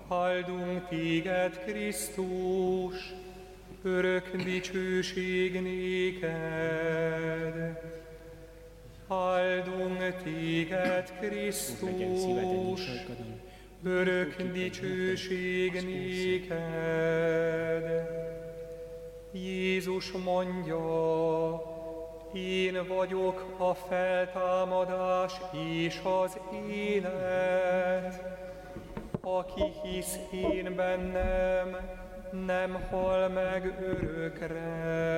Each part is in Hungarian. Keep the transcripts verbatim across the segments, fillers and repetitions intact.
Áldunk téged, Krisztus, örök dicsőség néked. Áldunk téged, Krisztus, örök dicsőség néked. Jézus mondja, én vagyok a feltámadás és az élet. Aki hisz én bennem, nem hal meg örökre.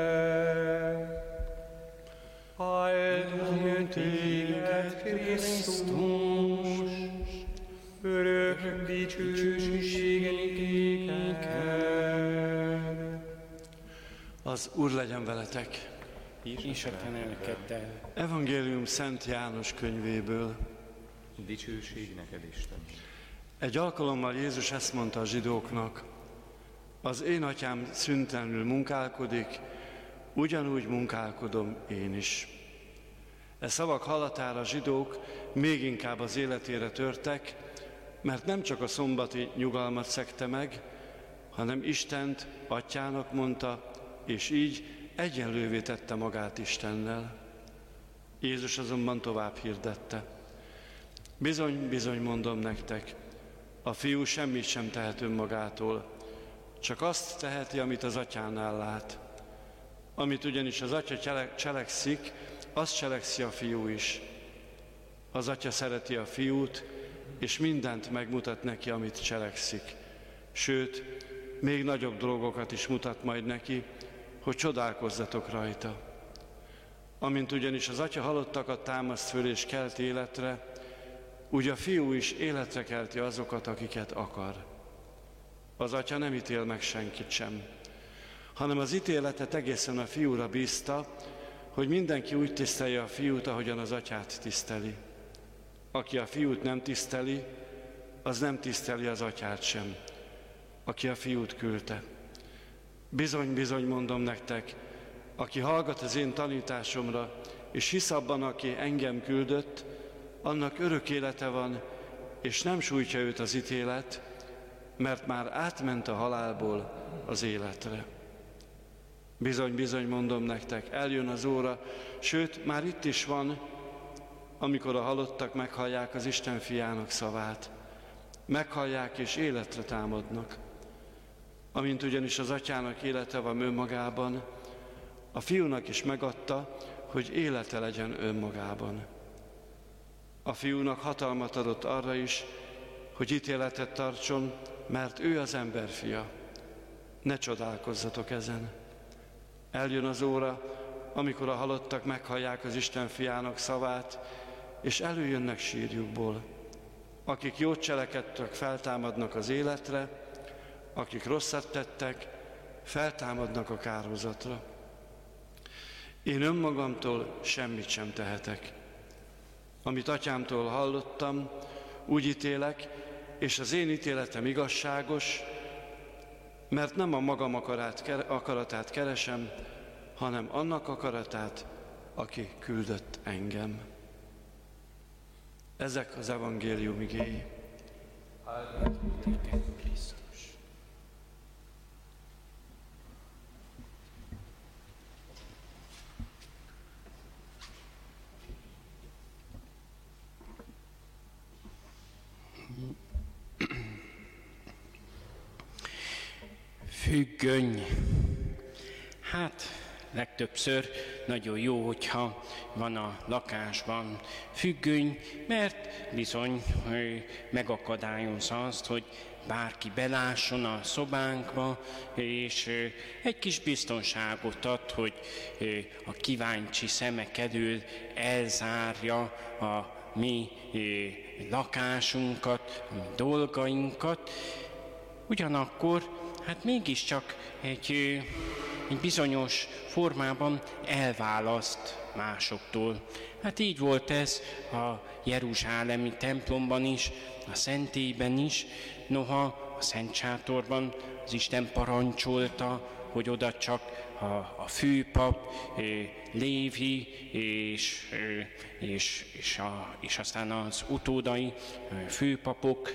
Áldunk téged, Krisztus, örök dicsőség néked. Az Úr legyen veletek. És a te lelkeddel. Evangélium Szent János könyvéből. Dicsőség neked, Isten. Egy alkalommal Jézus ezt mondta a zsidóknak: az én atyám szüntelenül munkálkodik, ugyanúgy munkálkodom én is. E szavak hallatára a zsidók még inkább az életére törtek, mert nem csak a szombati nyugalmat szegte meg, hanem Istent atyának mondta, és így egyenlővé tette magát Istennel. Jézus azonban tovább hirdette: bizony, bizony mondom nektek, a fiú semmit sem tehet önmagától, csak azt teheti, amit az atyánál lát. Amit ugyanis az atya csele- cselekszik, azt cselekszi a fiú is. Az atya szereti a fiút, és mindent megmutat neki, amit cselekszik. Sőt, még nagyobb dolgokat is mutat majd neki, hogy csodálkozzatok rajta. Amint ugyanis az atya halottakat támaszt föl és kelt életre, úgy a fiú is életre kelti azokat, akiket akar. Az atya nem ítél meg senkit sem, hanem az ítéletet egészen a fiúra bízta, hogy mindenki úgy tisztelje a fiút, ahogyan az atyát tiszteli. Aki a fiút nem tiszteli, az nem tiszteli az atyát sem, aki a fiút küldte. Bizony, bizony mondom nektek, aki hallgat az én tanításomra, és hisz abban, aki engem küldött, annak örök élete van, és nem sújtja őt az ítélet, mert már átment a halálból az életre. Bizony, bizony mondom nektek, eljön az óra, sőt, már itt is van, amikor a halottak meghallják az Isten fiának szavát. Meghallják és életre támadnak. Amint ugyanis az atyának élete van önmagában, a fiúnak is megadta, hogy élete legyen önmagában. A fiúnak hatalmat adott arra is, hogy ítéletet tartson, mert ő az ember fia. Ne csodálkozzatok ezen. Eljön az óra, amikor a halottak meghallják az Isten fiának szavát, és előjönnek sírjukból. Akik jót cselekedtek, feltámadnak az életre, akik rosszat tettek, feltámadnak a kárhozatra. Én önmagamtól semmit sem tehetek. Amit atyámtól hallottam, úgy ítélek, és az én ítéletem igazságos, mert nem a magam akaratát keresem, hanem annak akaratát, aki küldött engem. Ezek az evangélium igéi. Krisztus. Függöny. Hát legtöbbször nagyon jó, hogyha van a lakásban függöny, mert bizony megakadályozza azt, hogy bárki belásson a szobánkba, és egy kis biztonságot ad, hogy a kíváncsi szemek elől elzárja a mi lakásunkat, a mi dolgainkat. Ugyanakkor hát mégiscsak egy, egy bizonyos formában elválaszt másoktól. Hát így volt ez a jeruzsálemi templomban is, a szentélyben is, noha a Szent Sátorban az Isten parancsolta hogy oda csak a, a főpap, Lévi és, és, és, a, és aztán az utódai főpapok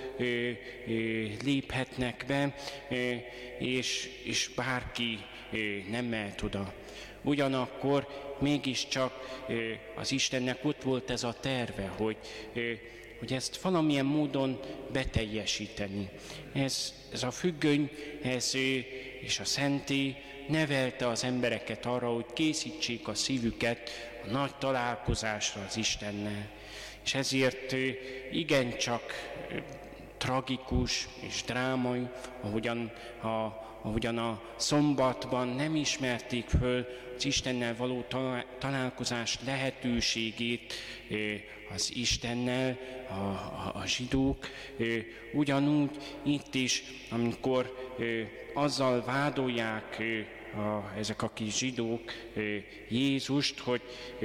léphetnek be, és, és bárki nem mehet oda. Ugyanakkor mégiscsak az Istennek ott volt ez a terve, hogy, hogy ezt valamilyen módon beteljesíteni. Ez, ez a függöny ez, és a szentély nevelte az embereket arra, hogy készítsék a szívüket a nagy találkozásra az Istennel. És ezért igencsak tragikus és drámai, ahogyan a ahogyan a szombatban nem ismerték föl az Istennel való találkozás lehetőségét az Istennel a, a, a zsidók, ugyanúgy itt is, amikor azzal vádolják a, ezek a kis zsidók Jézust, hogy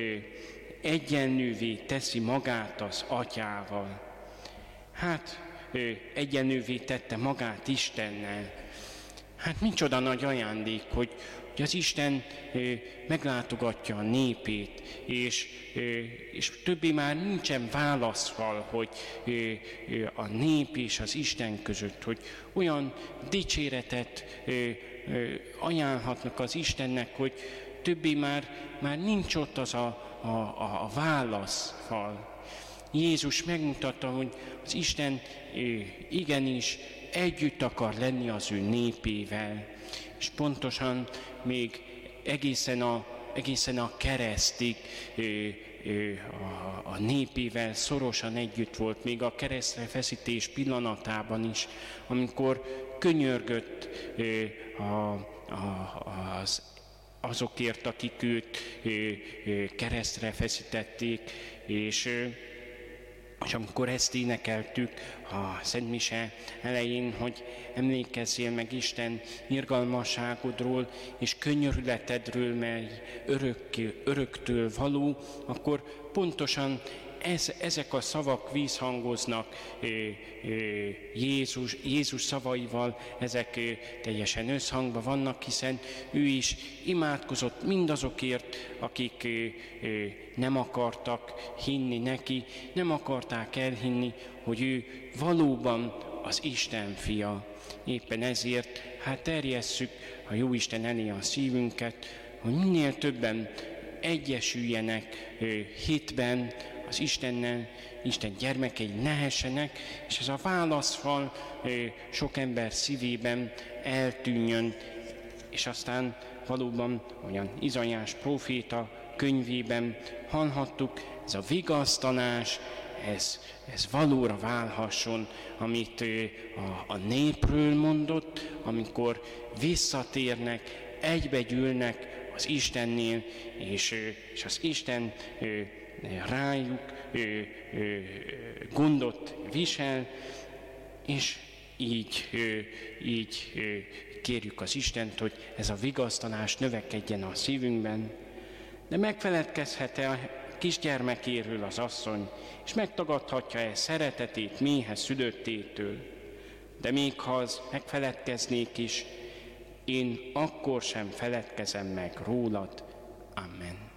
egyenlővé teszi magát az atyával. Hát egyenlővé tette magát Istennel. Hát micsoda nagy ajándék, hogy, hogy az Isten meglátogatja a népét, és, és többé már nincsen válaszfal, hogy a nép és az Isten között, hogy olyan dicséretet ajánlhatnak az Istennek, hogy többé már, már nincs ott az a, a, a, a válaszfal. Jézus megmutatta, hogy az Isten igenis együtt akar lenni az ő népével, és pontosan még egészen a, egészen a keresztig a, a népével szorosan együtt volt, még a keresztre feszítés pillanatában is, amikor könyörgött a, a, az, azokért, akik őt keresztre feszítették, és És amikor ezt énekeltük a Szent Mise elején, hogy emlékezzél meg Isten irgalmasságodról és könyörületedről, mely örök, öröktől való, akkor pontosan ez, ezek a szavak vízhangoznak Jézus, Jézus szavaival, ezek teljesen összhangban vannak, hiszen ő is imádkozott mindazokért, akik nem akartak hinni neki, nem akarták elhinni, hogy ő valóban az Isten fia. Éppen ezért hát terjesszük a Jóisten elé a szívünket, hogy minél többen egyesüljenek hitben az Istennel, Isten gyermekei lehessenek, és ez a válaszfal sok ember szívében eltűnjön, és aztán valóban olyan Izaiás próféta könyvében hallhattuk, ez a vigasztalás, ez, ez valóra válhasson, amit a, a népről mondott, amikor visszatérnek, egybegyűlnek az Istennél, és, és az Isten rájuk gondot visel, és így, így kérjük az Istent, hogy ez a vigasztalás növekedjen a szívünkben. De megfeledkezhet-e a kisgyermekéről az asszony, és megtagadhatja-e szeretetét méhes szülöttétől? De még ha az megfeledkeznék is, én akkor sem feledkezem meg rólad. Amen.